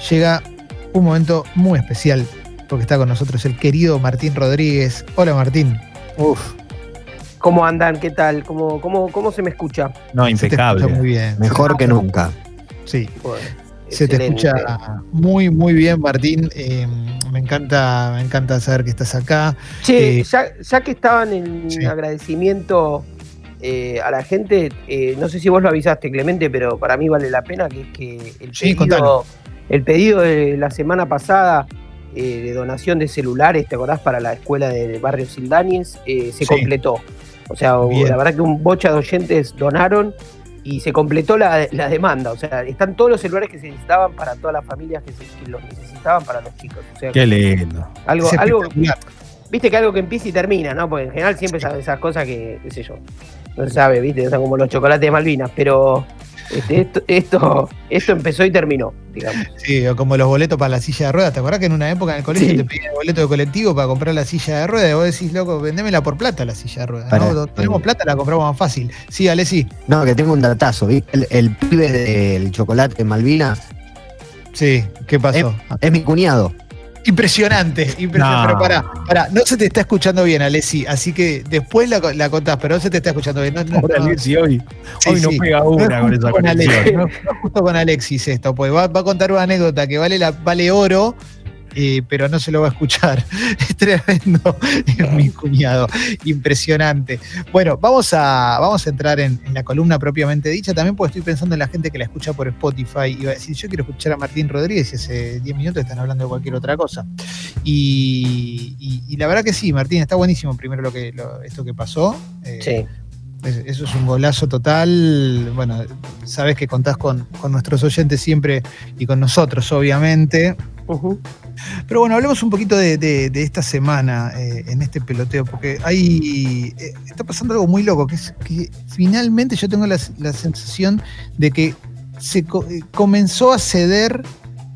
llega un momento muy especial, porque está con nosotros el querido Martín Rodríguez. Hola, Martín. ¿Cómo andan? ¿Qué tal? ¿Cómo se me escucha? No, impecable. Se te escucha muy bien. Mejor que nunca. Sí. Bueno, se te escucha muy, muy bien, Martín. Me encanta saber que estás acá. Che, ya que estaban en Sí. agradecimiento a la gente, no sé si vos lo avisaste, Clemente, pero para mí vale la pena, que es que el pedido de la semana pasada de donación de celulares, ¿te acordás? Para la escuela del barrio Sildáñez, se completó. O sea, la verdad que un bocha de oyentes donaron y se completó la demanda. O sea, están todos los celulares que se necesitaban para todas las familias que los necesitaban para los chicos. O sea, qué lindo. Algo, viste que algo que empieza y termina, ¿no? Porque en general siempre esas cosas que, qué sé yo, no se sabe, viste, son como los chocolates de Malvinas, pero esto empezó y terminó, digamos. Sí, o como los boletos para la silla de ruedas. ¿Te acordás que en una época en el colegio te pedían el boleto de colectivo para comprar la silla de ruedas? Y vos decís, loco, vendémela por plata la silla de ruedas. ¿No? Tenemos plata, la compramos más fácil. Sí, Alessi. No, que tengo un datazo, ¿viste? El pibe del chocolate de Malvinas. Sí, ¿qué pasó? Es mi cuñado. Impresionante. No. Pero pará, no se te está escuchando bien, Alessi, así que después la contás, pero no se te está escuchando bien. Alessi, hoy no pega una con esa conexión. No es justo con Alexis esto, pues va a contar una anécdota que vale oro, pero no se lo va a escuchar. Es tremendo, es mi cuñado. Impresionante. Bueno, vamos a entrar en la columna propiamente dicha, también porque estoy pensando en la gente que la escucha por Spotify y va a decir, yo quiero escuchar a Martín Rodríguez y hace 10 minutos están hablando de cualquier otra cosa. Y la verdad que sí, Martín, está buenísimo primero esto que pasó. Sí. Eso es un golazo total. Bueno, sabés que contás con nuestros oyentes siempre y con nosotros, obviamente. Uh-huh. Pero bueno, hablemos un poquito de esta semana en este peloteo, porque está pasando algo muy loco, que es que finalmente yo tengo la sensación de que se comenzó a ceder,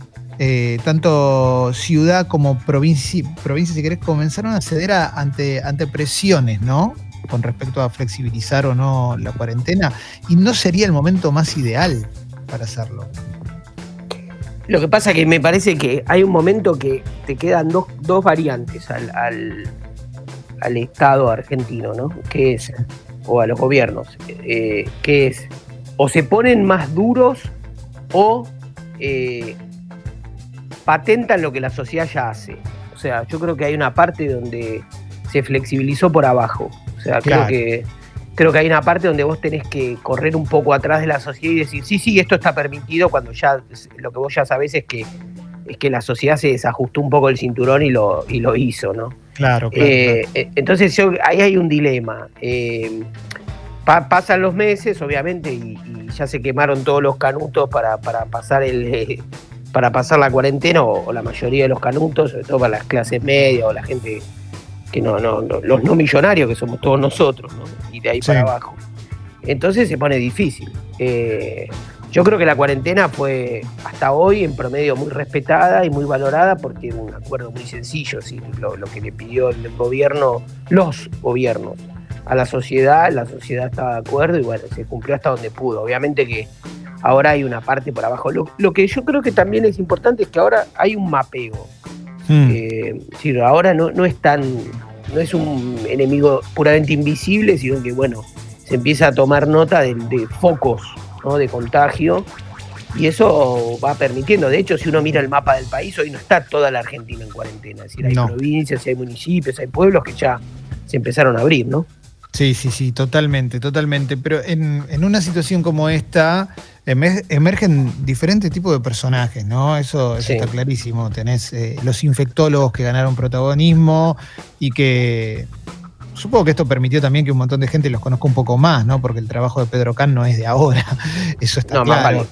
tanto ciudad como provincia, si querés, comenzaron a ceder ante presiones, ¿no? Con respecto a flexibilizar o no la cuarentena, y no sería el momento más ideal para hacerlo. Lo que pasa es que me parece que hay un momento que te quedan dos variantes al Estado argentino, ¿no? Que es, o a los gobiernos, que es, o se ponen más duros o patentan lo que la sociedad ya hace. O sea, yo creo que hay una parte donde se flexibilizó por abajo. O sea, claro. Creo que hay una parte donde vos tenés que correr un poco atrás de la sociedad y decir, sí, esto está permitido, cuando ya lo que vos ya sabés es que la sociedad se desajustó un poco el cinturón y lo hizo, ¿no? Claro. Entonces ahí hay un dilema. Pasan los meses, obviamente, y ya se quemaron todos los canutos para pasar la cuarentena, o la mayoría de los canutos, sobre todo para las clases medias o la gente que los no millonarios, que somos todos nosotros, ¿no? Y de ahí para abajo. Entonces se pone difícil. Yo creo que la cuarentena fue hasta hoy en promedio muy respetada y muy valorada, porque era un acuerdo muy sencillo, ¿sí? Lo que le pidió el gobierno, los gobiernos a la sociedad estaba de acuerdo y bueno, se cumplió hasta donde pudo. Obviamente que ahora hay una parte por abajo. Lo que yo creo que también es importante es que ahora hay un mapeo. Sí, ahora no es un enemigo puramente invisible, sino que bueno, se empieza a tomar nota de focos, ¿no? De contagio, y eso va permitiendo. De hecho, si uno mira el mapa del país, hoy no está toda la Argentina en cuarentena. Es decir, hay provincias, hay municipios, hay pueblos que ya se empezaron a abrir, ¿no? Sí, totalmente. Pero en una situación como esta emergen diferentes tipos de personajes, ¿no? Eso está clarísimo. Tenés los infectólogos que ganaron protagonismo y que supongo que esto permitió también que un montón de gente los conozca un poco más, ¿no? Porque el trabajo de Pedro Can no es de ahora, eso está claro.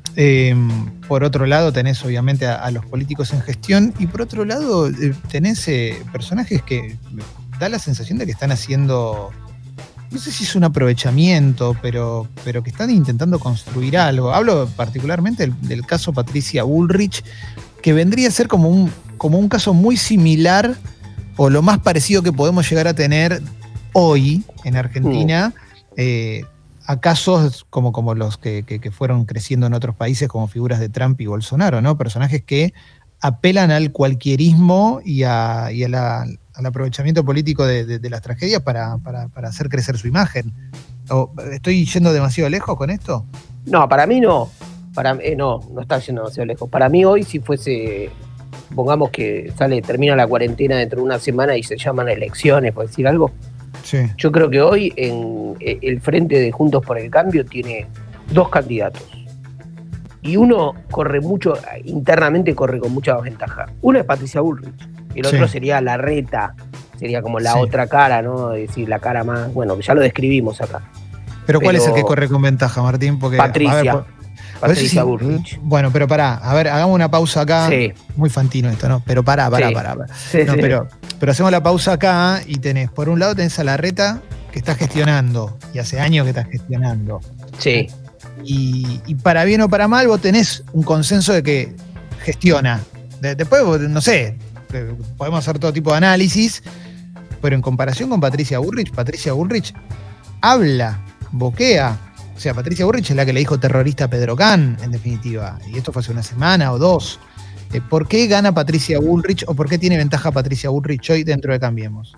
Por otro lado tenés obviamente a los políticos en gestión, y por otro lado tenés personajes que da la sensación de que están haciendo, no sé si es un aprovechamiento, pero que están intentando construir algo. Hablo particularmente del caso Patricia Bullrich, que vendría a ser como un caso muy similar, o lo más parecido que podemos llegar a tener hoy en Argentina, a casos como los que fueron creciendo en otros países, como figuras de Trump y Bolsonaro, ¿no? Personajes que apelan al cualquierismo y al aprovechamiento político de las tragedias para hacer crecer su imagen. ¿Estoy yendo demasiado lejos con esto? No, para mí no. No está yendo demasiado lejos. Para mí hoy, si fuese, pongamos que termina la cuarentena dentro de una semana y se llaman elecciones, por decir algo, sí. Yo creo que hoy el Frente de Juntos por el Cambio tiene 2 candidatos. Y uno internamente corre con mucha ventaja. Uno es Patricia Bullrich, y el otro sería Larreta, sería como la otra cara, ¿no? Es decir, la cara más, bueno, ya lo describimos acá. Pero ¿cuál es el que corre con ventaja, Martín? Porque, Patricia. Patricia Bullrich. Bueno, pero pará, a ver, hagamos una pausa acá. Sí. Muy fantino esto, ¿no? Pero pará. Sí, no, pero hacemos la pausa acá y por un lado tenés a Larreta, que está gestionando, y hace años que está gestionando. Sí. Y para bien o para mal, vos tenés un consenso de que gestiona. Después, no sé, podemos hacer todo tipo de análisis, pero en comparación con Patricia Bullrich habla, boquea. O sea, Patricia Bullrich es la que le dijo terrorista a Pedro Can, en definitiva. Y esto fue hace una semana o 2. ¿Por qué gana Patricia Bullrich o por qué tiene ventaja Patricia Bullrich hoy dentro de Cambiemos?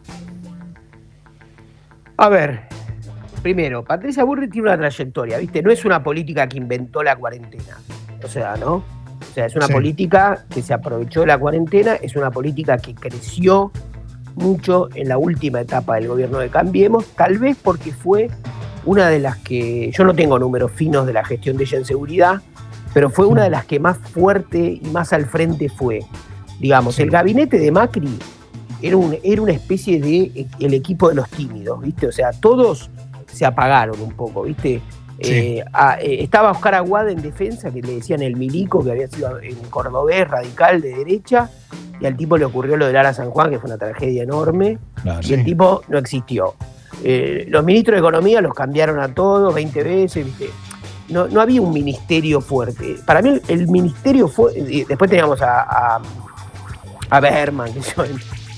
A ver, primero, Patricia Bullrich tiene una trayectoria, ¿viste? No es una política que inventó la cuarentena. O sea, ¿no? O sea, es una política que se aprovechó de la cuarentena, es una política que creció mucho en la última etapa del gobierno de Cambiemos, tal vez porque fue una de las que, yo no tengo números finos de la gestión de ella en seguridad, pero fue una de las que más fuerte y más al frente fue. Digamos, el gabinete de Macri era una especie de el equipo de los tímidos, ¿viste? O sea, todos se apagaron un poco, ¿viste? Sí. Estaba Oscar Aguad en defensa, que le decían el milico, que había sido en cordobés, radical, de derecha, y al tipo le ocurrió lo del Ara San Juan, que fue una tragedia enorme, claro, y el tipo no existió. Los ministros de Economía los cambiaron a todos 20 veces, ¿viste? No había un ministerio fuerte. Para mí el ministerio fue... Después teníamos a Berman, que yo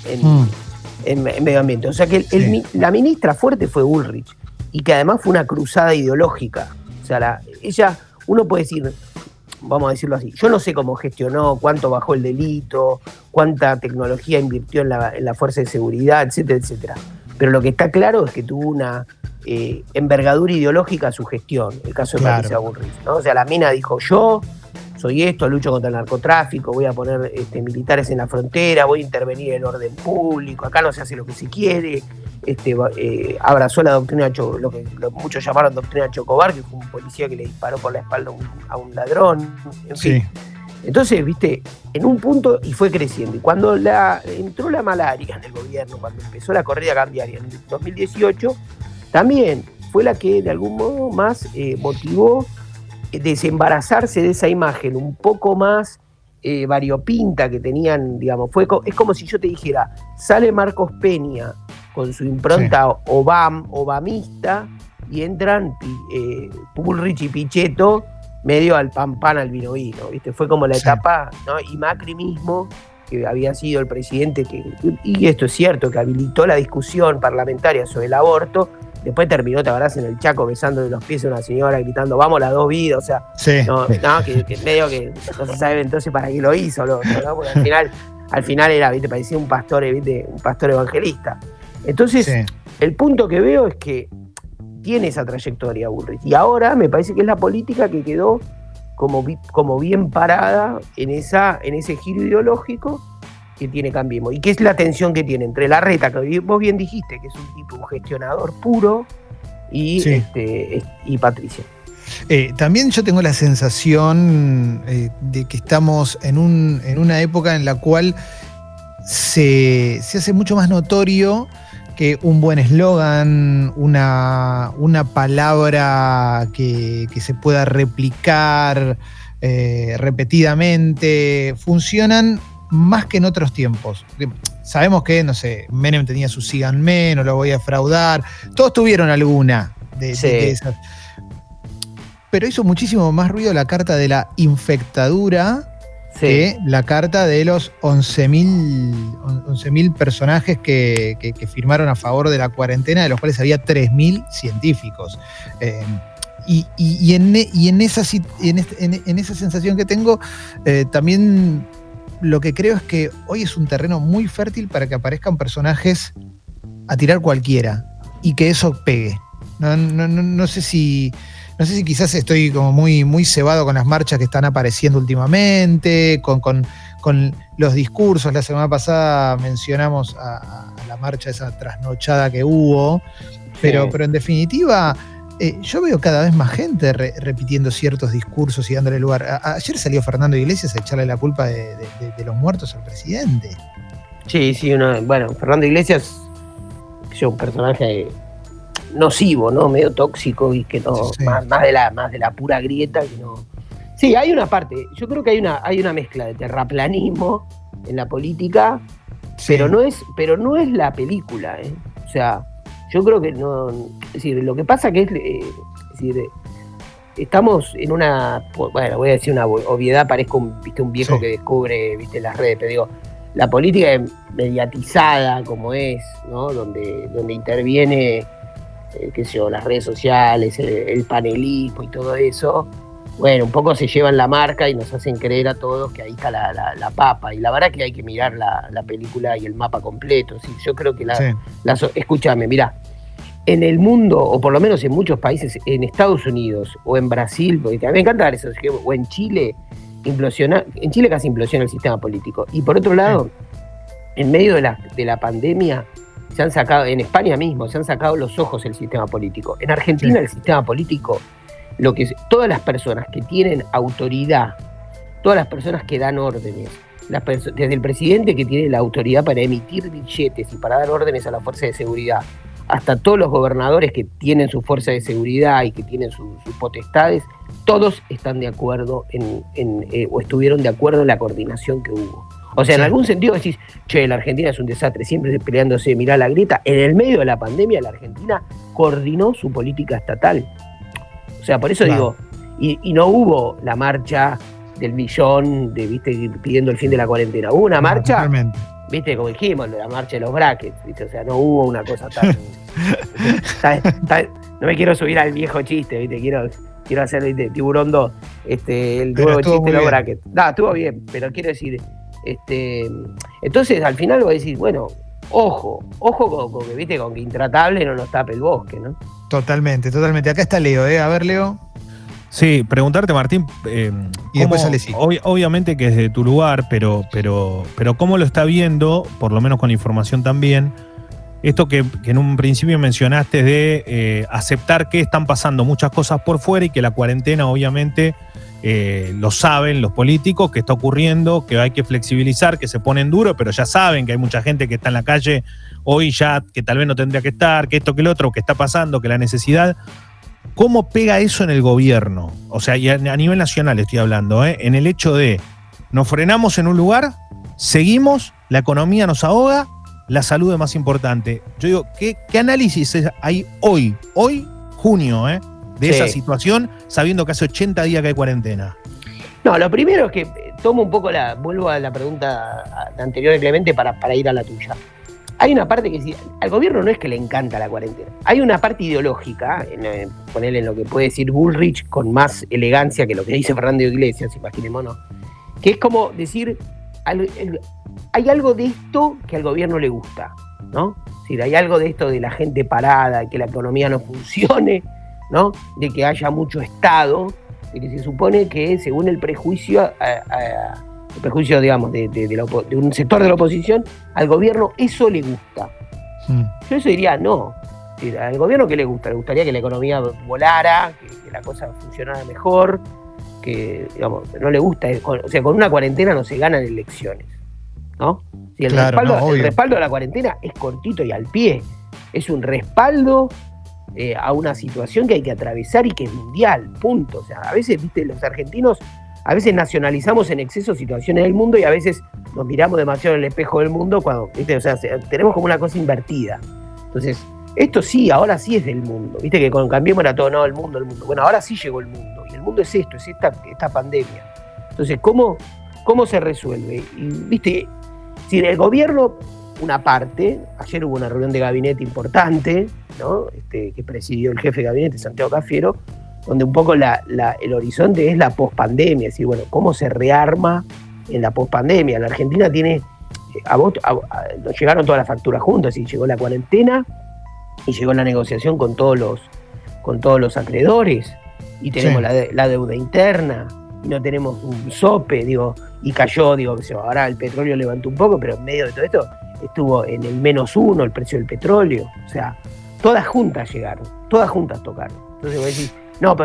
en Medio Ambiente. O sea que la ministra fuerte fue Bullrich, y que además fue una cruzada ideológica. O sea, ella, uno puede decir, vamos a decirlo así, yo no sé cómo gestionó, cuánto bajó el delito, cuánta tecnología invirtió en la fuerza de seguridad, etcétera, etcétera. Pero lo que está claro es que tuvo una envergadura ideológica a su gestión, el caso de Patricia Bullrich, ¿no? O sea, la mina dijo, yo soy esto, lucho contra el narcotráfico, voy a poner militares en la frontera, voy a intervenir en el orden público, acá no se hace lo que se quiere, abrazó la doctrina, lo que muchos llamaron doctrina Chocobar, que fue un policía que le disparó por la espalda a un ladrón, en fin. Entonces, viste, en un punto, y fue creciendo. Y cuando entró la malaria en el gobierno, cuando empezó la corrida cambiaria en 2018, también fue la que de algún modo más motivó desembarazarse de esa imagen un poco más variopinta que tenían, digamos. Es como si yo te dijera, sale Marcos Peña con su impronta obamista y entran Bullrich y Pichetto medio al pan al vino, ¿viste? Fue como la etapa, ¿no? Y Macri mismo, que había sido el presidente y esto es cierto, que habilitó la discusión parlamentaria sobre el aborto, después terminó, te agarrás en el Chaco besándole los pies a una señora gritando, vamos las 2 vidas, o sea, que medio que no se sabe entonces para qué lo hizo, ¿no? Porque al final era, ¿viste? Parecía un pastor, ¿viste? Un pastor evangelista. Entonces, el punto que veo es que tiene esa trayectoria Bullrich. Y ahora me parece que es la política que quedó como bien parada en ese giro ideológico que tiene Cambiemos. Y que es la tensión que tiene entre Larreta, que vos bien dijiste, que es un gestionador puro, y Patricia. También yo tengo la sensación de que estamos en una época en la cual se hace mucho más notorio que un buen eslogan, una palabra que se pueda replicar repetidamente, funcionan más que en otros tiempos. Sabemos que, no sé, Menem tenía su síganme, no lo voy a defraudar, todos tuvieron alguna de esas. Pero hizo muchísimo más ruido la carta de la infectadura que la carta de los 11.000 personajes que firmaron a favor de la cuarentena, de los cuales había 3.000 científicos. Y en esa sensación que tengo, también lo que creo es que hoy es un terreno muy fértil para que aparezcan personajes a tirar cualquiera y que eso pegue. No sé si quizás estoy como muy cebado con las marchas que están apareciendo últimamente, con los discursos. La semana pasada mencionamos a la marcha esa trasnochada que hubo, pero en definitiva yo veo cada vez más gente repitiendo ciertos discursos y dándole lugar. Ayer salió Fernando Iglesias a echarle la culpa de los muertos al presidente. Sí, Fernando Iglesias es un personaje nocivo, ¿no? Medio tóxico y que no, sí. más de la pura grieta que no. Sí, hay una parte, yo creo que hay una mezcla de terraplanismo en la política, sí. pero no es la película, ¿eh? O sea, yo creo que no, es decir, lo que pasa que es decir, estamos en una, bueno, voy a decir una obviedad, parezco un viejo, sí. que descubre, las redes, pero digo, la política mediatizada como es, ¿no? Donde interviene qué sé yo, las redes sociales, el panelismo y todo eso, bueno, un poco se llevan la marca y nos hacen creer a todos que ahí está la papa. Y la verdad que hay que mirar la película y el mapa completo. ¿Sí? Yo creo que escúchame, mirá, en el mundo, o por lo menos en muchos países, en Estados Unidos o en Brasil, porque a mí me encanta dar esos ejemplos, o en Chile, en Chile casi implosiona el sistema político. Y por otro lado, en medio de la pandemia, se han sacado, en España mismo, se han sacado los ojos el sistema político. En Argentina el sistema político, todas las personas que tienen autoridad, todas las personas que dan órdenes, desde el presidente que tiene la autoridad para emitir billetes y para dar órdenes a la fuerza de seguridad, hasta todos los gobernadores que tienen su fuerza de seguridad y que tienen sus potestades, todos están de acuerdo o estuvieron de acuerdo en la coordinación que hubo. O sea, en algún sentido decís, la Argentina es un desastre, siempre peleándose, mirá la grieta. En el medio de la pandemia, la Argentina coordinó su política estatal. O sea, por eso digo, y no hubo la marcha del millón, pidiendo el fin de la cuarentena. Hubo una marcha, totalmente. Como dijimos, la marcha de los brackets, O sea, no hubo una cosa tan... no me quiero subir al viejo chiste, Quiero hacer Tiburón 2, el nuevo chiste de los brackets. No, estuvo bien, pero quiero decir... entonces al final voy a decir, bueno, ojo con que intratable no nos tape el bosque, ¿no? Totalmente. Acá está Leo, a ver, Leo. Sí, preguntarte, Martín, y después sale sí. Obviamente que es de tu lugar, pero ¿cómo lo está viendo, por lo menos con la información también, esto que en un principio mencionaste de aceptar que están pasando muchas cosas por fuera y que la cuarentena obviamente lo saben los políticos, que está ocurriendo, que hay que flexibilizar, que se ponen duros, pero ya saben que hay mucha gente que está en la calle hoy ya, que tal vez no tendría que estar, que esto, que lo otro, que está pasando, que la necesidad. ¿Cómo pega eso en el gobierno? O sea, y a nivel nacional estoy hablando, en el hecho de nos frenamos en un lugar, seguimos, la economía nos ahoga, la salud es más importante. Yo digo, ¿qué análisis hay hoy, junio, de esa situación, sabiendo que hace 80 días que hay cuarentena? No, lo primero es que tomo un poco vuelvo a la pregunta anterior de Clemente para ir a la tuya. Hay una parte que sí, al gobierno no es que le encanta la cuarentena. Hay una parte ideológica, ponerle en lo que puede decir Bullrich con más elegancia que lo que dice Fernando Iglesias, imaginémonos, que es como decir, hay algo de esto que al gobierno le gusta, ¿no? Es decir, hay algo de esto de la gente parada, que la economía no funcione, ¿no? De que haya mucho Estado, de que se supone que según el prejuicio, digamos, de un sector de la oposición, al gobierno eso le gusta. Yo eso diría, no. Al gobierno, ¿qué le gusta? Le gustaría que la economía volara, que la cosa funcionara mejor, que, digamos, no le gusta. O sea, con una cuarentena no se ganan elecciones, ¿no? Si el respaldo a la cuarentena es cortito y al pie. Es un respaldo a una situación que hay que atravesar y que es mundial, punto. O sea, a veces, los argentinos a veces nacionalizamos en exceso situaciones del mundo y a veces nos miramos demasiado en el espejo del mundo cuando, o sea, tenemos como una cosa invertida. Entonces, esto sí, ahora sí es del mundo. Viste que con Cambiemos era todo, no, el mundo. Bueno, ahora sí llegó el mundo. Y el mundo es esto, es esta pandemia. Entonces, ¿cómo ¿cómo se resuelve? Y, viste, si el gobierno, una parte, ayer hubo una reunión de gabinete importante, ¿no? Que presidió el jefe de gabinete, Santiago Cafiero, donde un poco el horizonte es la pospandemia, es decir, bueno, ¿cómo se rearma en la pospandemia? La Argentina tiene, nos llegaron todas las facturas juntas, y llegó la cuarentena, y llegó la negociación con todos los acreedores, y tenemos la deuda interna, y no tenemos un sope, y cayó, ahora el petróleo levantó un poco, pero en medio de todo esto estuvo en el -1 el precio del petróleo, o sea, todas juntas llegaron, todas juntas tocaron. Entonces vos decís,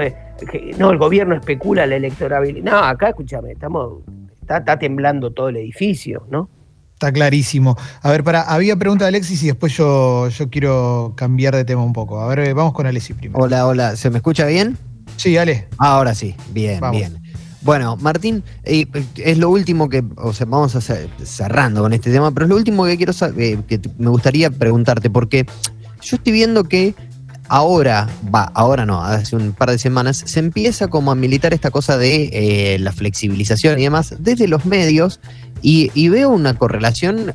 no, el gobierno especula la electorabilidad. No, acá, escúchame, está temblando todo el edificio, ¿no? Está clarísimo. A ver, había pregunta de Alexis y después yo quiero cambiar de tema un poco. A ver, vamos con Alexis primero. Hola, ¿se me escucha bien? Sí, Ale. Ahora sí, bien, vamos. Bien. Bueno, Martín, es lo último que, vamos a hacer, cerrando con este tema, pero es lo último que quiero saber, que me gustaría preguntarte, porque yo estoy viendo que ahora no, hace un par de semanas, se empieza como a militar esta cosa de la flexibilización y demás desde los medios, y veo una correlación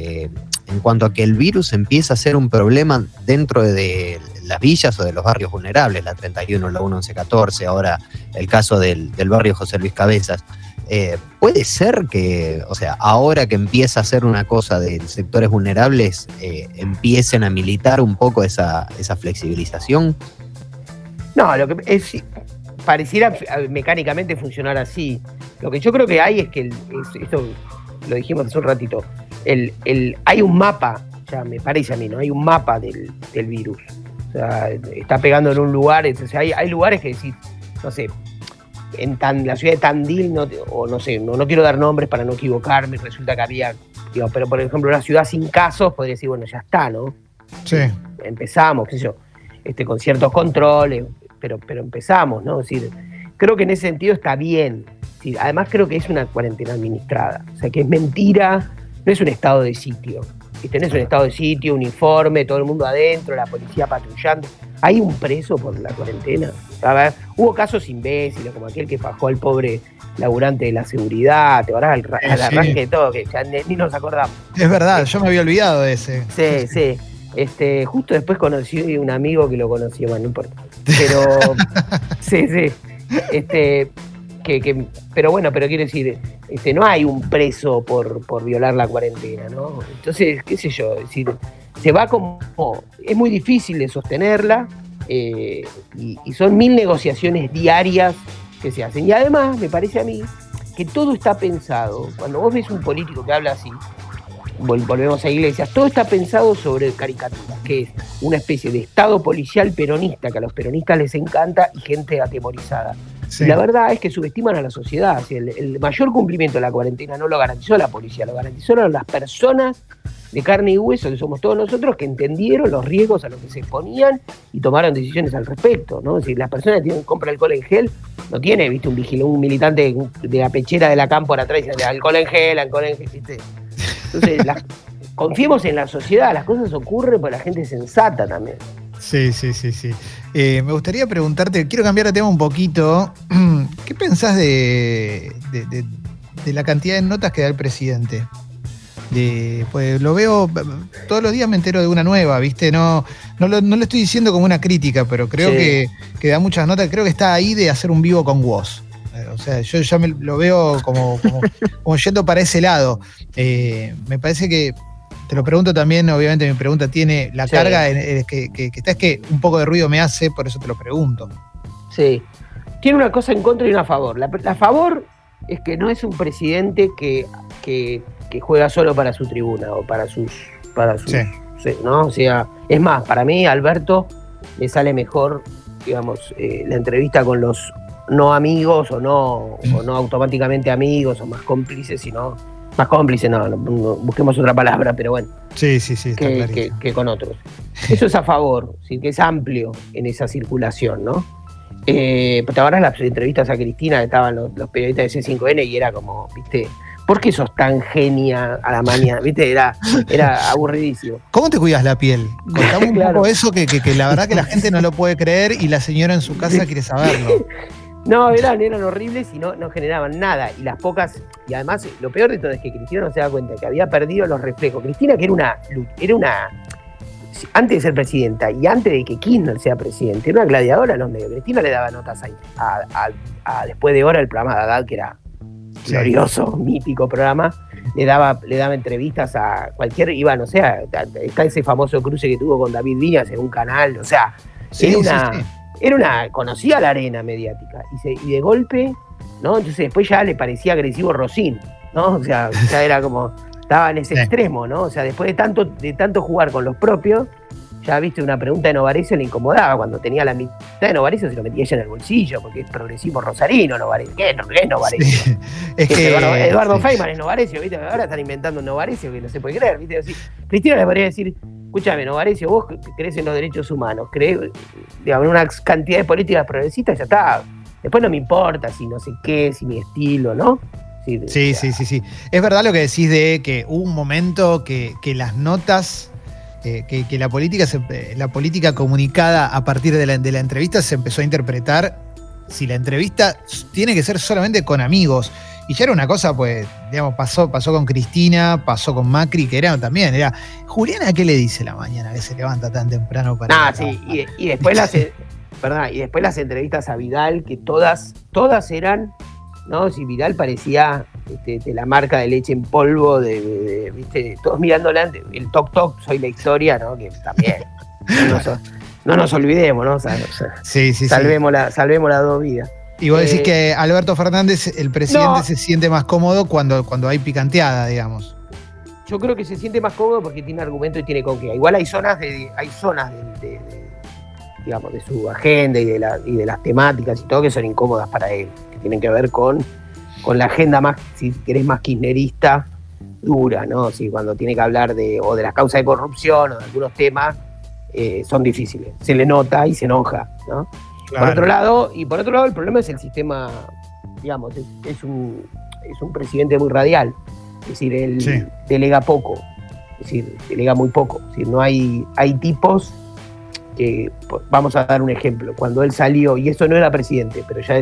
en cuanto a que el virus empieza a ser un problema dentro de las villas o de los barrios vulnerables, la 31, la 1114, ahora el caso del barrio José Luis Cabezas. ¿Puede ser que, ahora que empieza a ser una cosa de sectores vulnerables, empiecen a militar un poco esa flexibilización? No, lo que es, pareciera mecánicamente funcionar así. Lo que yo creo que hay es que, esto lo dijimos hace un ratito, hay un mapa, ya me parece a mí, ¿no? Hay un mapa del virus. O sea, está pegando en un lugar, hay lugares que decís, no sé, en la ciudad de Tandil, no quiero dar nombres para no equivocarme, resulta que había, pero por ejemplo, una ciudad sin casos, podría decir, bueno, ya está, ¿no? Sí. Empezamos, qué sé yo, con ciertos controles, pero empezamos, ¿no? Es decir, creo que en ese sentido está bien. Es decir, además creo que es una cuarentena administrada, o sea, que es mentira, no es un estado de sitio. Tenés un estado de sitio, uniforme, todo el mundo adentro, la policía patrullando. ¿Hay un preso por la cuarentena? A ver, hubo casos imbéciles, como aquel que fajó al pobre laburante de la seguridad, te varás al arranque de todo, que ya ni nos acordamos. Es verdad, yo me había olvidado de ese. Sí. Justo después conocí un amigo que lo conocía, bueno, no importa. Pero, sí. Pero bueno, pero quiero decir, no hay un preso por violar la cuarentena, ¿no? Entonces, qué sé yo, es decir, se va como, es muy difícil de sostenerla, y son 1000 negociaciones diarias que se hacen. Y además, me parece a mí que todo está pensado. Cuando vos ves un político que habla así, volvemos a Iglesias, todo está pensado sobre caricaturas, que es una especie de estado policial peronista, que a los peronistas les encanta, y gente atemorizada. Sí. La verdad es que subestiman a la sociedad. El mayor cumplimiento de la cuarentena no lo garantizó la policía, lo garantizaron las personas de carne y hueso, que somos todos nosotros, que entendieron los riesgos a los que se exponían y tomaron decisiones al respecto, ¿no? Es decir, las personas que compran alcohol en gel, no tiene, viste, un militante de la pechera de la Cámpora atrás diciendo alcohol en gel, ¿viste? Entonces, confiemos en la sociedad, las cosas ocurren porque la gente es sensata también. Sí. Me gustaría preguntarte, quiero cambiar de tema un poquito. ¿Qué pensás de la cantidad de notas que da el presidente? Pues lo veo, todos los días me entero de una nueva, ¿viste? No lo estoy diciendo como una crítica, pero creo que da muchas notas. Creo que está ahí de hacer un vivo con vos. O sea, yo ya lo veo como yendo para ese lado. Me parece que, te lo pregunto también, obviamente mi pregunta tiene la carga que un poco de ruido me hace, por eso te lo pregunto. Sí, tiene una cosa en contra y una a favor. La a favor es que no es un presidente que juega solo para su tribuna o para sus ¿no? O sea, es más, para mí Alberto le sale mejor, digamos, la entrevista con los no amigos o no automáticamente amigos o más cómplices, sino más cómplices, no, busquemos otra palabra, pero bueno. Sí, que con otros. Eso es a favor, ¿sí? Que es amplio en esa circulación, ¿no? ¿Te acuerdas las entrevistas a Cristina que estaban los periodistas de C5N y era como, viste, ¿por qué sos tan genia a la mañana? ¿Viste? Era aburridísimo. ¿Cómo te cuidas la piel? Contame un poco eso que la verdad que la gente no lo puede creer y la señora en su casa quiere saberlo. No, eran horribles y no generaban nada. Y las pocas, y además lo peor de todo es que Cristina no se da cuenta que había perdido los reflejos. Cristina, que era una antes de ser presidenta y antes de que Kirchner sea presidente, era una gladiadora en los medios. Cristina le daba notas a Después de Hora, el programa de Haddad, que era glorioso, mítico programa. Le daba entrevistas a cualquier, está ese famoso cruce que tuvo con David Viñas en un canal, o sea, conocía la arena mediática, y de golpe, ¿no? Entonces después ya le parecía agresivo Rosín, ¿no? O sea, ya era como, estaba en ese extremo, ¿no? O sea, después de tanto jugar con los propios, ya viste, una pregunta de Novarecio le incomodaba. Cuando tenía la mitad de Novarecio se lo metía ella en el bolsillo, porque es progresivo rosarino Novarecio. ¿Qué es Novarecio? Sí. Es que Eduardo Feynman es Novarecio, ¿viste? Ahora están inventando un Novarecio que no se puede creer, ¿viste? Así, Cristina le podría decir, escúchame, Novarecio, vos crees en los derechos humanos, crees, digamos, en una cantidad de políticas progresistas, ya está. Después no me importa si no sé qué, si mi estilo, ¿no? Sí. Es verdad lo que decís de que hubo un momento que las notas... Que la política comunicada a partir de la entrevista se empezó a interpretar si la entrevista tiene que ser solamente con amigos. Y ya era una cosa, pues, digamos, pasó con Cristina, pasó con Macri, que era también, Juliana, ¿qué le dice la mañana que se levanta tan temprano para y después las entrevistas a Vidal, que todas eran, ¿no? Si Vidal parecía de la marca de leche en polvo, ¿viste? Todos mirándola, el toc, soy la historia, ¿no? Que también, no nos olvidemos, ¿no? O sea, salvemos las dos vidas. Y vos decís que Alberto Fernández, el presidente, se siente más cómodo cuando hay picanteada, digamos. Yo creo que se siente más cómodo porque tiene argumento y tiene con qué. Igual hay zonas digamos, de su agenda y de las temáticas y todo que son incómodas para él, que tienen que ver con la agenda más, si querés, más kirchnerista, dura, ¿no? Sí, cuando tiene que hablar de las causas de corrupción o de algunos temas, son difíciles. Se le nota y se enoja, ¿no? Claro. Por otro lado, el problema es el sistema, digamos, es un presidente muy radial. Es decir, él delega poco, es decir, delega muy poco. Es decir, no hay tipos que, vamos a dar un ejemplo, cuando él salió, y eso no era presidente, pero ya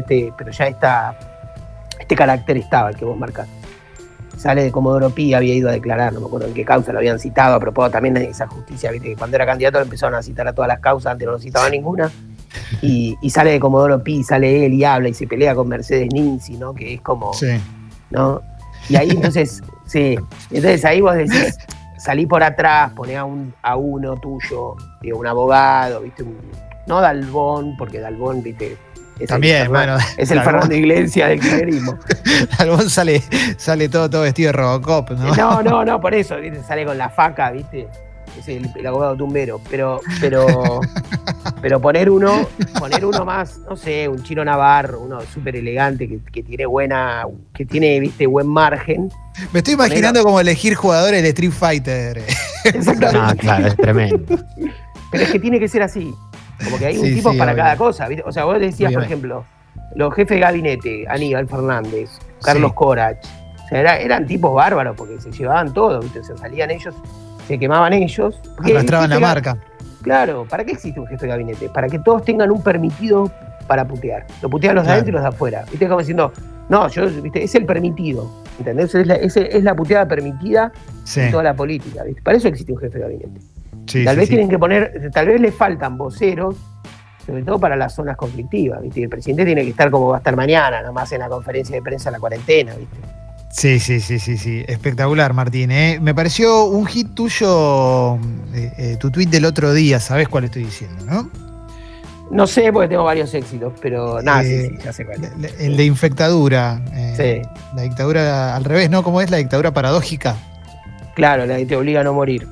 este carácter estaba, el que vos marcás. Sale de Comodoro Pi, había ido a declarar, no me acuerdo en qué causa lo habían citado, a propósito también de esa justicia, viste, que cuando era candidato lo empezaron a citar a todas las causas, antes no lo citaba ninguna, y sale de Comodoro Pi, sale él y habla y se pelea con Mercedes Ninzi, ¿no? Que es como, ¿no? Y ahí entonces ahí vos decís, salí por atrás, poné a uno tuyo, digo, un abogado, viste, no Dalbón, porque Dalbón, viste, también, es el Fernando Iglesias del kirchnerismo. Dalbón sale todo vestido de Robocop, ¿no? No, por eso, ¿viste? Sale con la faca, ¿viste? Es el abogado tumbero. Pero poner uno más, no sé, un Chino Navarro, uno súper elegante, que tiene, ¿viste? Buen margen. Me estoy imaginando como elegir jugadores de Street Fighter. Exactamente. No, claro, es tremendo. Pero es que tiene que ser así. Como que hay un tipo para cada cosa, ¿viste? O sea, vos decías, por ejemplo, los jefes de gabinete, Aníbal Fernández, Carlos Corach, o sea, eran tipos bárbaros porque se llevaban todo, ¿viste? O sea, salían ellos, se quemaban ellos. Arrastraban la marca. Claro, ¿para qué existe un jefe de gabinete? Para que todos tengan un permitido para putear. Lo putean los de adentro y los de afuera. ¿Viste? Como diciendo, no, ¿viste? Es el permitido, ¿entendés? Es la puteada permitida en toda la política, ¿viste? Para eso existe un jefe de gabinete. Tal vez tienen que poner, tal vez le faltan voceros, sobre todo para las zonas conflictivas, ¿viste? El presidente tiene que estar como va a estar mañana, nomás en la conferencia de prensa en la cuarentena, ¿viste? Sí. Espectacular, Martín. Me pareció un hit tuyo, tu tweet del otro día, ¿sabés cuál estoy diciendo, no? No sé, porque tengo varios éxitos, pero nada, ya sé cuál es. El de infectadura. La dictadura al revés, ¿no? ¿Cómo es la dictadura paradójica? Claro, la que te obliga a no morir.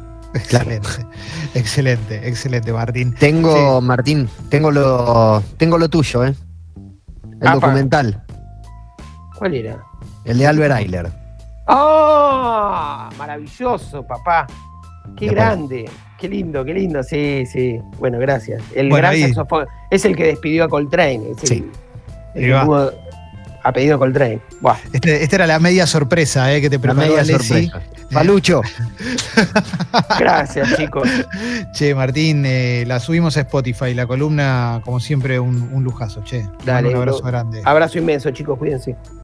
Excelente, Martín. Martín, tengo lo tuyo, el documental. ¿Cuál era? El de Albert Ayler. ¡Oh! Maravilloso, papá. Qué grande. Qué lindo, sí. Bueno, gracias. El gran saxofón es el que despidió a Coltrane. a pedido Coltrane. Buah. Esta era la media sorpresa que te preparó Alessi. Palucho. Gracias, chicos. Che, Martín, la subimos a Spotify, la columna, como siempre, un lujazo, che. Dale, un abrazo grande. Abrazo inmenso, chicos, cuídense.